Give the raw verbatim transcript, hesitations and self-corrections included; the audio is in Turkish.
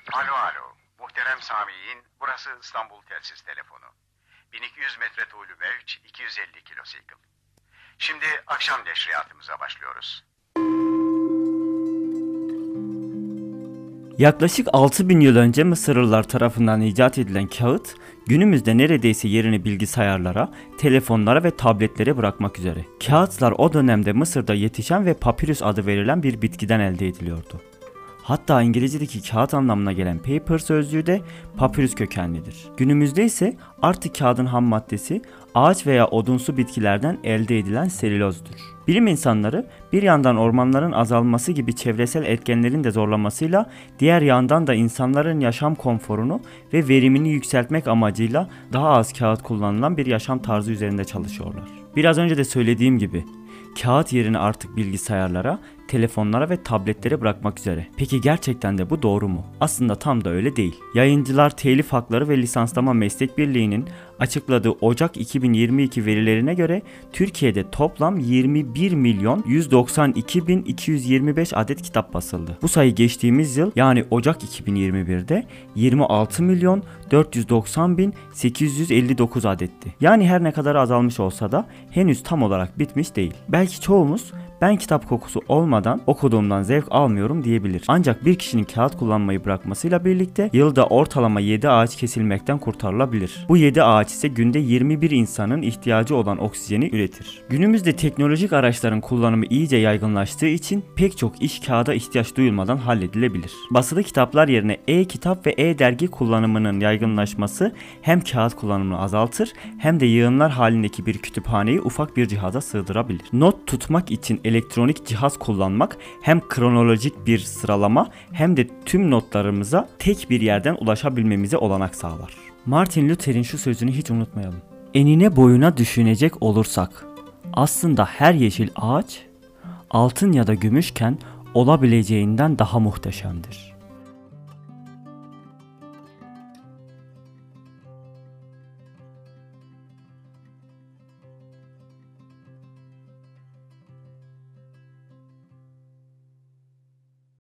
Alo alo. Muhterem Sami'in, burası İstanbul Telsiz Telefonu. bin iki yüz metre tuğlu mevç, iki yüz elli kilosikl. Şimdi akşam neşriyatımıza başlıyoruz. Yaklaşık altı bin yıl önce Mısırlılar tarafından icat edilen kağıt, günümüzde neredeyse yerini bilgisayarlara, telefonlara ve tabletlere bırakmak üzere. Kağıtlar o dönemde Mısır'da yetişen ve papirüs adı verilen bir bitkiden elde ediliyordu. Hatta İngilizce'deki kağıt anlamına gelen paper sözcüğü de papirüs kökenlidir. Günümüzde ise artık kağıdın ham maddesi ağaç veya odunsu bitkilerden elde edilen selülozdur. Bilim insanları bir yandan ormanların azalması gibi çevresel etkenlerin de zorlamasıyla diğer yandan da insanların yaşam konforunu ve verimini yükseltmek amacıyla daha az kağıt kullanılan bir yaşam tarzı üzerinde çalışıyorlar. Biraz önce de söylediğim gibi kağıt yerini artık bilgisayarlara, telefonlara ve tabletlere bırakmak üzere. Peki gerçekten de bu doğru mu? Aslında tam da öyle değil. Yayıncılar Telif Hakları ve Lisanslama Meslek Birliği'nin açıkladığı Ocak iki bin yirmi iki verilerine göre Türkiye'de toplam yirmi bir milyon yüz doksan iki bin iki yüz yirmi beş adet kitap basıldı. Bu sayı geçtiğimiz yıl yani Ocak iki bin yirmi birde yirmi altı milyon dört yüz doksan bin sekiz yüz elli dokuz adetti. Yani her ne kadar azalmış olsa da henüz tam olarak bitmiş değil. Belki çoğumuz ben kitap kokusu olmadan okuduğumdan zevk almıyorum diyebilir. Ancak bir kişinin kağıt kullanmayı bırakmasıyla birlikte yılda ortalama yedi ağaç kesilmekten kurtarılabilir. Bu yedi ağaç ise günde yirmi bir insanın ihtiyacı olan oksijeni üretir. Günümüzde teknolojik araçların kullanımı iyice yaygınlaştığı için pek çok iş kağıda ihtiyaç duyulmadan halledilebilir. Basılı kitaplar yerine e-kitap ve e-dergi kullanımının yaygınlaşması hem kağıt kullanımını azaltır hem de yığınlar halindeki bir kütüphaneyi ufak bir cihaza sığdırabilir. Not tutmak için elektronik cihaz kullanmak hem kronolojik bir sıralama hem de tüm notlarımıza tek bir yerden ulaşabilmemize olanak sağlar. Martin Luther'in şu sözünü hiç unutmayalım. Enine boyuna düşünecek olursak aslında her yeşil ağaç altın ya da gümüşken olabileceğinden daha muhteşemdir.